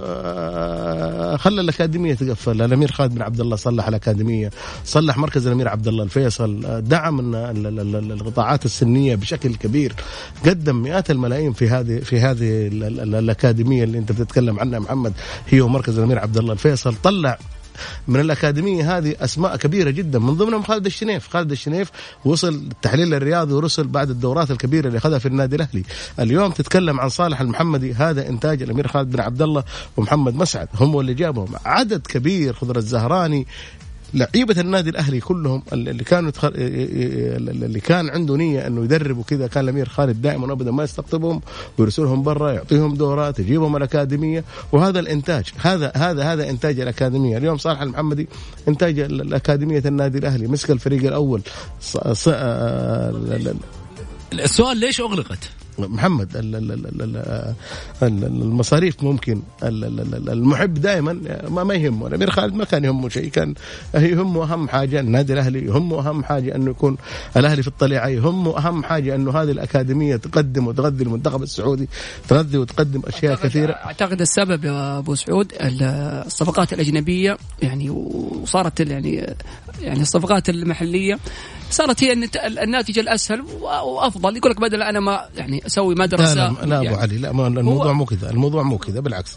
خلى الأكاديمية تقفل. الأمير خالد بن عبد الله صلح الأكاديمية، صلح مركز الأمير عبد الله الفيصل، دعم القطاعات السنية بشكل كبير، قدم مئات الملايين في هذه في هذه الأكاديمية اللي أنت بتتكلم عنها محمد، هي ومركز الأمير عبد الله الفيصل. طلع من الأكاديمية هذه أسماء كبيرة جدا، من ضمنهم خالد الشنيف. خالد الشنيف وصل التحليل الرياضي ورسل بعد الدورات الكبيرة اللي أخذها في النادي الأهلي. اليوم تتكلم عن صالح المحمدي، هذا إنتاج الأمير خالد بن عبد الله ومحمد مسعد، هم اللي جابهم. عدد كبير، خضر الزهراني، لعيبة النادي الأهلي كلهم اللي كانوا تخ... اللي كان عنده نية أنه يدربوا كذا، كان الأمير خالد دائما أبدا ما يستقطبهم ويرسلهم برا، يعطيهم دورات، يجيبهم الأكاديمية. وهذا الإنتاج، هذا هذا هذا إنتاج الأكاديمية. اليوم صالح المحمدي إنتاج الأكاديمية النادي الأهلي، مسك الفريق الأول. ص... ص... السؤال ليش أغلقت محمد؟ المصاريف ممكن. المحب دائما ما ما يهمه. الأمير خالد ما كان يهمه شيء، كان يهمه أهم حاجة النادي الأهلي، يهمه أهم حاجة أنه يكون الأهلي في الطليعة، يهمه أهم حاجة أنه هذه الأكاديمية تقدم وتغذي المنتخب السعودي، تغذي وتقدم أشياء كثيرة. أعتقد السبب يا أبو سعود الصفقات الأجنبية يعني، وصارت يعني يعني الصفقات المحلية صارت هي الناتج الأسهل وأفضل. يقول لك بدل أنا ما يعني أسوي مدرسة. لا, لا, لا يعني أبو علي، لا الموضوع مو كذا، الموضوع مو كذا، بالعكس.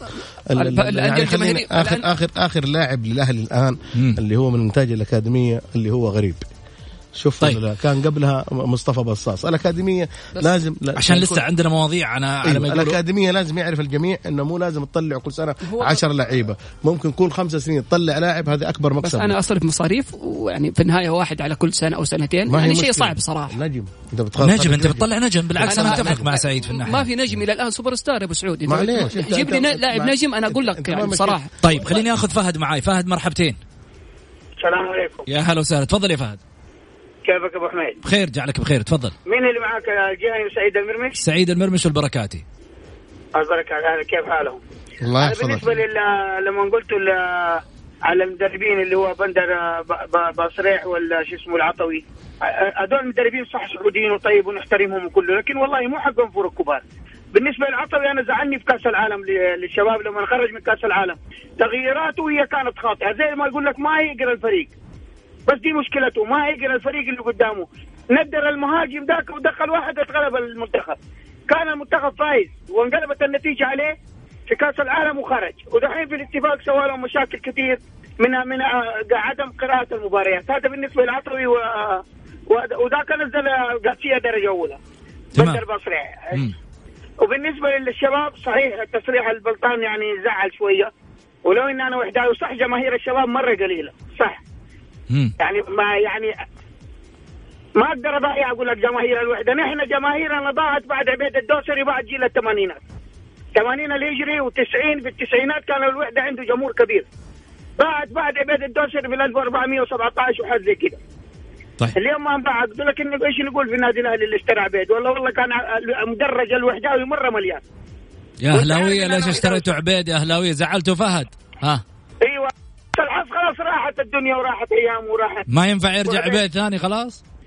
يعني آخر آخر آخر لاعب للأهلي الآن م. اللي هو من إنتاج الأكاديمية اللي هو غريب. شوف طيب. كان قبلها مصطفى بصاص. الأكاديمية لازم عشان لسه عندنا مواضيع. أنا أيوة على ما الأكاديمية لازم يعرف الجميع إنه مو لازم تطلع كل سنة عشر لعيبة، ممكن كل خمس سنين تطلع لاعب، هذا أكبر مكسب. بس أنا أصرف مصاريف ويعني في النهاية واحد على كل سنة أو سنتين، يعني شيء صعب صراحة. نجم أنت بتخلص نجم، أنت بتطلع نجم. بالعكس أنا أتفق مع سعيد في الناحية. ما في نجم إلى الآن سوبر ستار يا أبو سعود. جيب لي لاعب نجم أنا أقول لك يعني بصراحة. طيب خليني أخذ فهد معاي. فهد مرحبتين. السلام عليكم. يا هلا وسهلا، تفضل يا فهد. كيفك ابو حميد؟ بخير، جعلك بخير، تفضل. مين اللي معاك؟ الجهني وسعيد المرمش. سعيد المرمش والبركاتي. البركاتي كيف حالهم؟ الله يحفظك. بالنسبه لما قلت على المدربين اللي هو بندر بصريح ولا شو اسمه العطوي، هذول المدربين صح سعوديين وطيب ونحترمهم وكله، لكن والله مو حقهم فوق الكبار. بالنسبه للعطوي انا زعلني في كاس العالم للشباب لما خرج من كاس العالم، تغييراته هي كانت خاطئه، زي ما يقول لك ما يقرا الفريق، بس دي مشكلته ما يقرا الفريق اللي قدامه. ندر المهاجم ذاك ودخل واحد اتغلب المنتخب، كان المنتخب فايز وانقلبت النتيجه عليه في كاس العالم وخرج، ودحين في الاتفاق سوى لهم مشاكل كثير من من عدم قراءه المباريات. هذا بالنسبه للعطوي و... وذاك نزل قاسيه درجه اولى بدر بصريح. وبالنسبه للشباب صحيح التصريح البلطان يعني زعل شويه، ولو ان انا وحداوي صح جماهير الشباب مره قليله صح. مم. يعني ما يعني ما اقدر بقى اقول لك جماهير الوحده، نحن جماهيرنا ضاعت بعد عبيد الدوسري بعد جيل الثمانينات، ثمانين الهجري وتسعين في التسعينات كان الوحده عنده جمهور كبير، ضاعت بعد عبيد الدوسري في ألف وأربعمائة وسبعة عشر وحد زي كده. طيب. اليوم ما بعد اقول لك انه ايش نقول في النادي الاهلي اللي اشترى عبيد، والله والله كان مدرج الوحداوي مره مليان. يا اهلاويه ليش اشتريتوا عبيد يا اهلاويه؟ زعلتوا فهد. ها ايوه خلاص راحت الدنيا وراحت ايام وراحت، ما ينفع يرجع عبيد ثاني خلاص.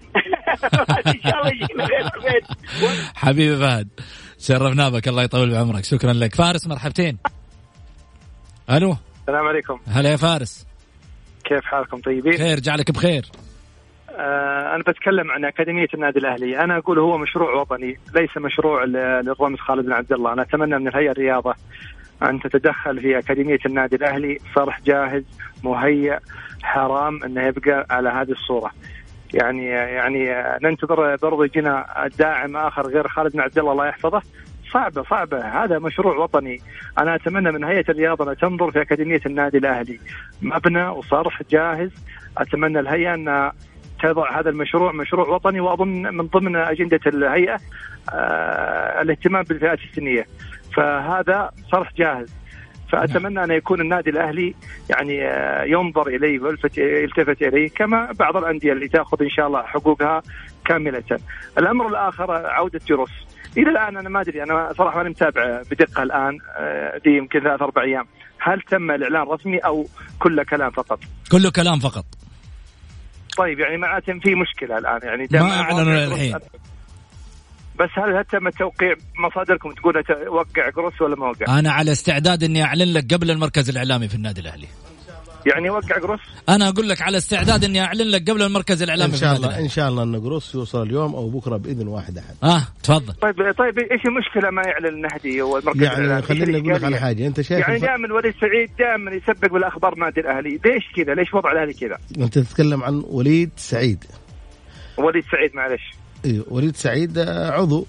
إن شاء الله يجينا غير البيت. حبيبي فهد شرفنا بك الله يطول بعمرك شكرا لك. فارس مرحبتين. ألو السلام عليكم. هلا يا فارس كيف حالكم طيبين؟ خير جعلك بخير. آه أنا بتكلم عن أكاديمية النادي الأهلي. أنا أقول هو مشروع وطني ليس مشروع للرمز خالد بن عبد الله. أنا أتمنى من الهيئة الرياضة أن تتدخل في أكاديمية النادي الأهلي. صرح جاهز مهيأ حرام أنه يبقى على هذه الصورة. يعني يعني ننتظر برضو يجينا داعم آخر غير خالد بن عبد الله الله يحفظه. صعبة صعبة هذا مشروع وطني. أنا أتمنى من هيئة الرياضة أن تنظر في أكاديمية النادي الأهلي مبنى وصرح جاهز. أتمنى الهيئة أن تضع هذا المشروع مشروع وطني. وأظن من ضمن أجندة الهيئة آه الاهتمام بالفئات السنية فهذا صرح جاهز. فأتمنى أن يكون النادي الأهلي يعني ينظر إليه ويلتفت إليه كما بعض الأندية اللي تأخذ إن شاء الله حقوقها كاملة. الأمر الآخر عودة جروس. إلى الآن أنا ما أدري أنا صراحة أنا متابع بدقة الآن دي يمكن ثلاث أربع أيام. هل تم الإعلان رسمي أو كله كلام فقط؟ كله كلام فقط. طيب يعني معناته في مشكلة الآن يعني ما أعلنوا الحين. بس هل هل تم توقيع مصادركم تقول وقع جروس ولا ما وقع؟ أنا على استعداد إني أعلن لك قبل المركز الإعلامي في النادي الأهلي. يعني وقع جروس؟ أنا أقول لك على استعداد إني أعلن لك قبل المركز الإعلامي إن شاء الله. إن شاء الله إن جروس يوصل اليوم أو بكرة بإذن واحد أحد. آه تفضل. طيب طيب إيش المشكلة ما يعلن النهدي والمركز يعني الإعلامي؟ خليني أقول لك على حاجة. أنت شايف يعني دائما وليد سعيد دائما يسبق بالأخبار نادي الأهلي. ليش كذا؟ ليش وضع الأهلي كذا؟ أنت تتكلم عن وليد سعيد. وليد سعيد معلش. ايوه وليد سعيد عضو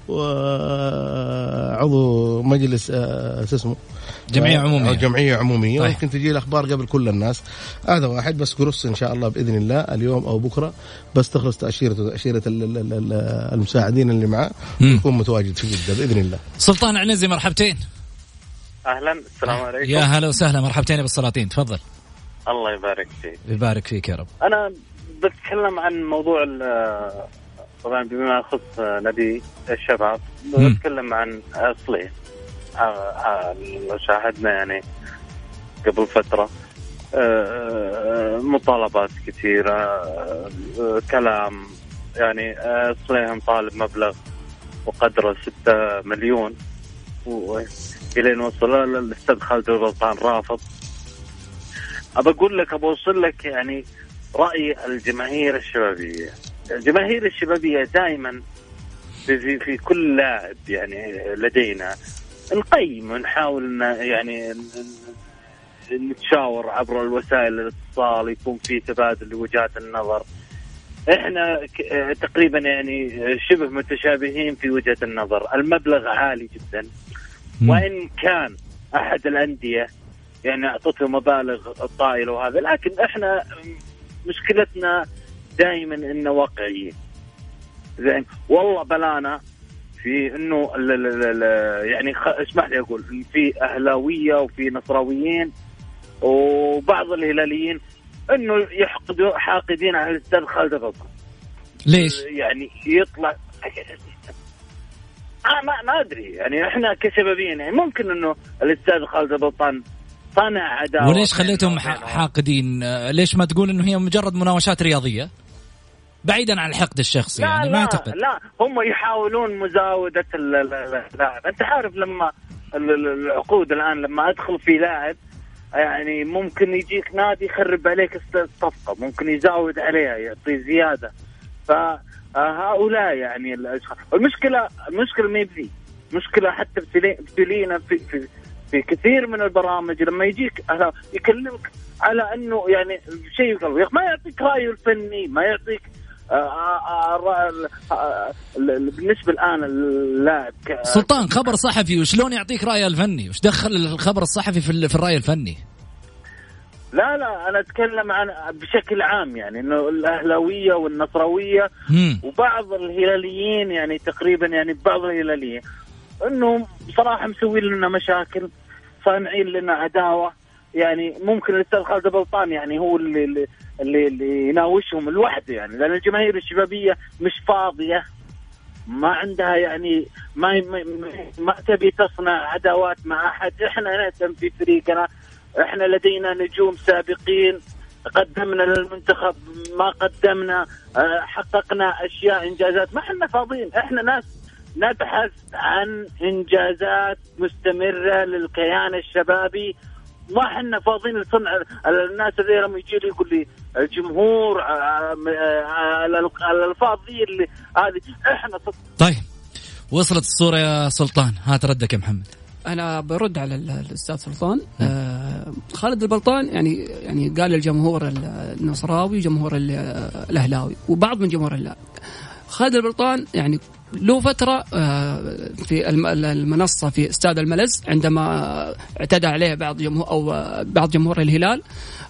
عضو مجلس اسمه جمعيه عموميه جمعيه عموميه طيب. ممكن تجي الاخبار قبل كل الناس. هذا واحد بس جروس ان شاء الله باذن الله اليوم او بكره بس تخلص تاشيره تاشيره المساعدين اللي معاه يكون متواجد في جده باذن الله. سلطان عنزي مرحبتين. اهلا السلام عليكم. يا هلا وسهلا مرحبتين بالسلاطين تفضل. الله يبارك فيك. يبارك فيك يا رب. انا بتكلم عن موضوع طبعا بما يخص نادي الشباب. بتكلم عن اصلي شاهدنا يعني قبل فتره مطالبات كثيره كلام يعني اصليهم طالب مبلغ وقدره ستة مليون الين وصل الاستاذ خالد البلطان رافض. ابى اقول لك ابى اوصل لك يعني راي الجماهير الشبابيه. الجماهير الشبابيه دائما في في كل لاعب يعني لدينا نقيم ونحاول يعني نتشاور عبر الوسائل الاتصال يكون في تبادل لوجهات النظر. احنا تقريبا يعني شبه متشابهين في وجهة النظر. المبلغ عالي جدا وإن كان أحد الأندية يعني أعطته مبالغ طائلة وهذا لكن احنا مشكلتنا دائما إنه واقعيين. زين والله بلانا في إنه ال ال ال يعني اسمح لي أقول في أهلاوية وفي نصراويين وبعض الهلاليين إنه يحقدوا حاقدين على الأستاذ خالد البلطان. ليش؟ يعني يطلع أنا ما ما أدري يعني إحنا كشبابين يعني ممكن إنه الأستاذ خالد البلطان صنع عداوة. وليش خليتهم حاقدين؟ ليش ما تقول إنه هي مجرد مناوشات رياضية بعيدا عن الحقد الشخصي؟ لا يعني لا ما أعتقد. لا هم يحاولون مزاودة اللاعب. أنت عارف لما العقود الآن لما أدخل في لاعب يعني ممكن يجيك نادي يخرب عليك الصفقة ممكن يزاود عليها يعطي زيادة. فهؤلاء يعني المشكلة المشكلة ما يبذي مشكلة حتى بتلينا في, في في كثير من البرامج لما يجيك يكلمك على أنه يعني شيء قلبي ما يعطيك رأيه الفني ما يعطيك بالنسبة الآن اللاعب سلطان خبر صحفي وشلون يعطيك رأيه الفني؟ وش دخل الخبر الصحفي في في الرأي الفني؟ لا لا أنا أتكلم عن بشكل عام يعني إنه الأهلاوية والنصراوية مم. وبعض الهلاليين يعني تقريبا يعني بعض الهلاليين إنه بصراحة مسوي لنا مشاكل صانعين لنا عداوة. يعني ممكن الأستاذ خالد البلطان يعني هو اللي اللي, اللي يناوشهم لوحده يعني لأن الجماهير الشبابية مش فاضية ما عندها يعني ما ما, ما تبي تصنع عداوات مع أحد. إحنا نهتم في فريقنا. إحنا لدينا نجوم سابقين قدمنا للمنتخب ما قدمنا، حققنا أشياء إنجازات، ما حنا فاضيين. إحنا ناس نبحث عن إنجازات مستمرة للكيان الشبابي، ما حنا فاضيين لصنع الناس اللي لما يجي لي يقول لي الجمهور الألفاظ ذي اللي هذه إحنا. طيب وصلت الصورة يا سلطان، هات ردك يا محمد. أنا برد على الأستاذ سلطان. آه خالد البلطان يعني يعني قال الجمهور النصراوي جمهور الأهلاوي وبعض من جمهور الأهلاوي. خالد البلطان يعني له فترة في المنصة في استاد الملز عندما اعتدى عليه بعض جمهور أو بعض جمهور الهلال.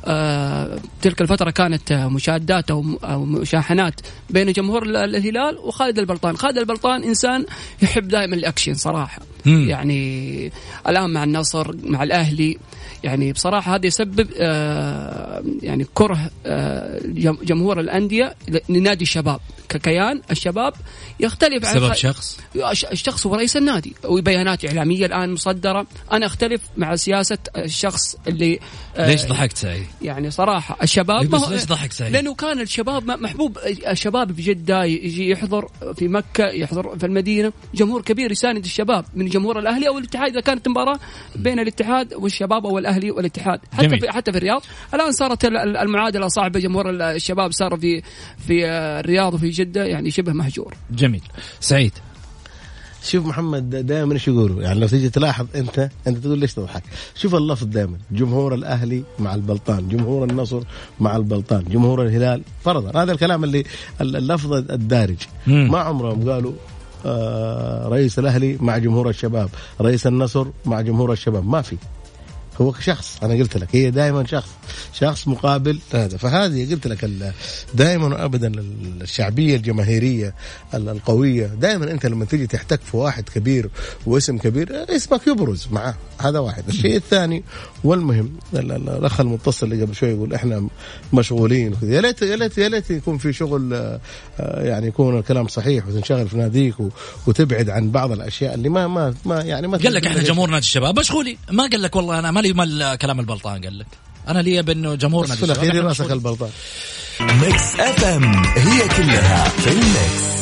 تلك الفترة كانت مشادات أو مشاحنات بين جمهور الهلال وخالد البلطان. خالد البلطان إنسان يحب دائما الأكشن صراحة. مم. يعني الآن مع النصر مع الأهلي يعني بصراحة هذا يسبب يعني كره جمهور الأندية لنادي الشباب ككيان. الشباب يختلف عن سبب شخص الشخص ورئيس النادي وبيانات إعلامية الآن مصدرة. أنا أختلف مع سياسة الشخص اللي ليش ضحكت سعيد؟ يعني صراحة الشباب ما ليش ضحك سعيد؟ لأنه كان الشباب محبوب. الشباب في جدة يجي يحضر في مكة يحضر في المدينة جمهور كبير يساند الشباب من جمهور الأهلي أو الاتحاد إذا كانت مباراة بين الاتحاد والشباب أو الأهلي والاتحاد. حتى في حتى في الرياض الآن صارت المعادلة صعبة. جمهور الشباب صار في في الرياض وفي جدة يعني شبه مهجور. جميل. سعيد شوف محمد دائما ايش يقولوا يعني لو تيجي تلاحظ انت انت تقول ليش تضحك. شوف اللفظ دائما جمهور الاهلي مع البلطان، جمهور النصر مع البلطان، جمهور الهلال فرضا. هذا الكلام اللي اللفظ الدارج. ما عمرهم قالوا آه رئيس الاهلي مع جمهور الشباب، رئيس النصر مع جمهور الشباب. ما في. هو شخص. أنا قلت لك هي دائما شخص شخص مقابل هذا. فهذه قلت لك دائما أبدا الشعبية الجماهيرية القوية دائما أنت لما تيجي تحتك في واحد كبير واسم كبير اسمك يبرز معه. هذا واحد. الشيء الثاني والمهم الأخ المتصل اللي قبل شوي يقول إحنا مشغولين. يا ليت يا ليت يا ليت يكون في شغل يعني يكون الكلام صحيح وتنشغل في ناديك وتبعد عن بعض الأشياء اللي ما ما ما يعني ما قال لك إحنا جمهور نادي الشباب مشغولين. ما قال لك والله أنا مالي مال كلام البلطان. قال لك أنا لي بأنه جمهور نادي الشباب. في الأخير راسك البلطان. ميكس اف ام هي كلها في الميكس.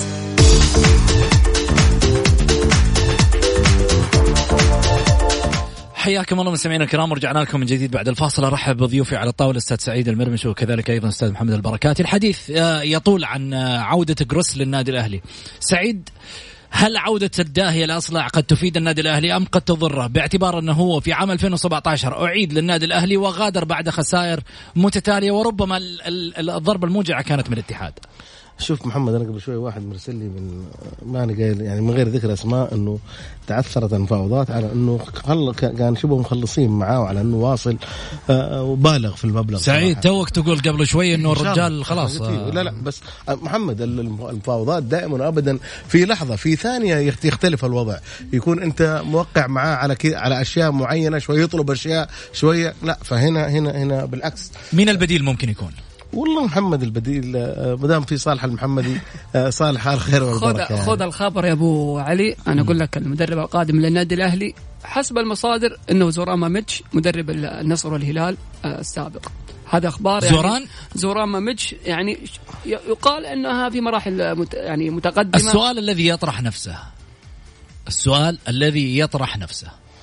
حياكم الله مستمعينا الكرام، ورجعنا لكم من جديد بعد الفاصل. ارحب بضيوفي على الطاوله الاستاذ سعيد المرمش وكذلك ايضا الاستاذ محمد البركاتي. الحديث يطول عن عوده جروس للنادي الاهلي. سعيد، هل عودة الداهية الأصلع قد تفيد النادي الأهلي أم قد تضره، باعتبار أنه هو في عام ألفين وسبعة عشر أعيد للنادي الأهلي وغادر بعد خسائر متتالية وربما الضربة الموجعة كانت من الاتحاد؟ شوف محمد، أنا قبل شوي واحد مرسل لي من ما أنا قايل يعني من غير ذكر أسماء إنه تعثرت المفاوضات على إنه كان شبه مخلصين معاه وعلى إنه واصل وبالغ في المبلغ. سعيد توك تقول قبل شوي إنه الرجال خلاص. لا لا بس محمد المفاوضات دائما أبدا في لحظة في ثانية يختلف الوضع. يكون أنت موقع معاه على على أشياء معينة، شوي يطلب أشياء شوية لا. فهنا هنا هنا بالعكس. مين البديل ممكن يكون؟ والله محمد البديل مدام في صالح المحمدي صالح الخير والبركة. خذ خذ الخبر يا أبو علي. أنا أقول لك المدرب القادم للنادي الأهلي حسب المصادر إنه زوران ماميتش مدرب النصر والهلال السابق. هذا أخبار يعني زوران زوران ماميتش يعني يقال أنها في مراحل مت يعني متقدمة. السؤال الذي يطرح نفسه السؤال الذي يطرح نفسه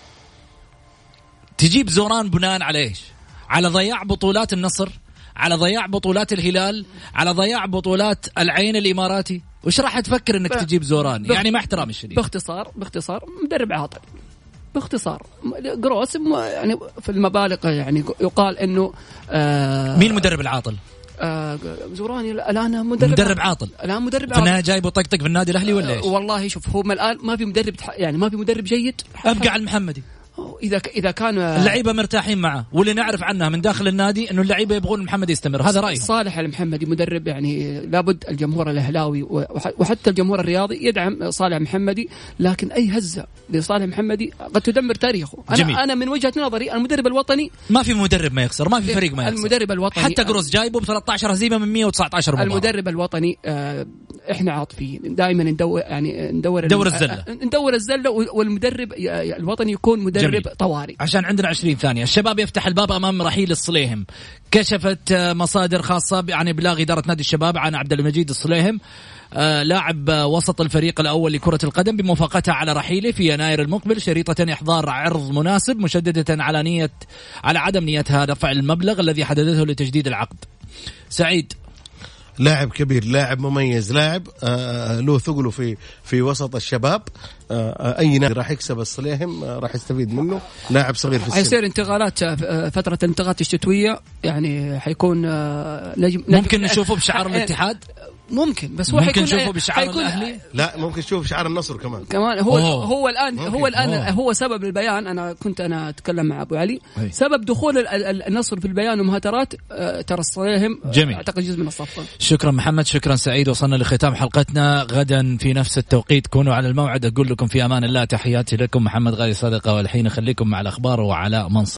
تجيب زوران بناء على إيش؟ على ضياع بطولات النصر، على ضياع بطولات الهلال، على ضياع بطولات العين الإماراتي. وش راح تفكر انك تجيب زوران؟ يعني مع احترامي الشديد. باختصار باختصار مدرب عاطل. باختصار جروس يعني في المبالغ يعني يقال انه آه مين المدرب العاطل؟ آه زوراني الان مدرب مدرب عاطل. الان مدرب عاطل. فانا جايبه طقطق في النادي الاهلي ولا ايش؟ آه والله شوف هو الان ما في مدرب يعني ما في مدرب جيد. ابقى على المحمدي. إذا إذا كان اللعيبة مرتاحين معه، واللي نعرف عنها من داخل النادي إنه اللعيبة يبغون محمد يستمر. هذا رأيي. صالح المحمدي مدرب يعني لابد الجمهور الأهلاوي وحتى الجمهور الرياضي يدعم صالح محمدي، لكن أي هزة لصالح محمدي قد تدمر تاريخه. أنا جميل. أنا من وجهة نظري المدرب الوطني ما في مدرب ما يخسر، ما في فريق ما يخسر. المدرب الوطني حتى جروس جايبه ب ثلاثة عشر هزيمة من مية وتسعة عشر مباراة. المدرب الوطني آه إحنا عاطفيين دائما ندور يعني ندور ندور الزلة ندور الزلة والمدرب الوطني يكون مدرب جميل. طوارئ. عشان عندنا عشرين ثانية. الشباب يفتح الباب أمام رحيل الصليهم. كشفت مصادر خاصة عن إبلاغ إدارة نادي الشباب عن عبد المجيد الصليهم آه لاعب وسط الفريق الأول لكرة القدم بموافقتها على رحيله في يناير المقبل، شريطة إحضار عرض مناسب، مشددة على نية على عدم نيتها دفع المبلغ الذي حددته لتجديد العقد. سعيد لاعب كبير، لاعب مميز، لاعب آه له ثقله في في وسط الشباب. آه اي نادي راح يكسب الصليهم آه راح يستفيد منه. لاعب صغير في السن. حيصير انتقالات آه فترة الانتقالات الشتوية يعني حيكون آه نجم ممكن نشوفه بشعار الاتحاد. ممكن بس هو ممكن حيكون نشوفه بشعار الأهلي. لا ممكن نشوف شعار النصر كمان. كمان هو أوه. هو الآن ممكن. هو الآن أوه. هو سبب البيان. أنا كنت أنا أتكلم مع أبو علي هي. سبب دخول النصر في البيان ومهاترات آه ترى الصليهم جميل. أعتقد جزء من الصفقة. شكرا محمد، شكرا سعيد. وصلنا لختام حلقتنا. غدا في نفس التوقيت كونوا على الموعد. أقول لكم في أمان الله، تحياتي لكم محمد غازي صدقة، والحين خليكم مع الأخبار وعلى منصر.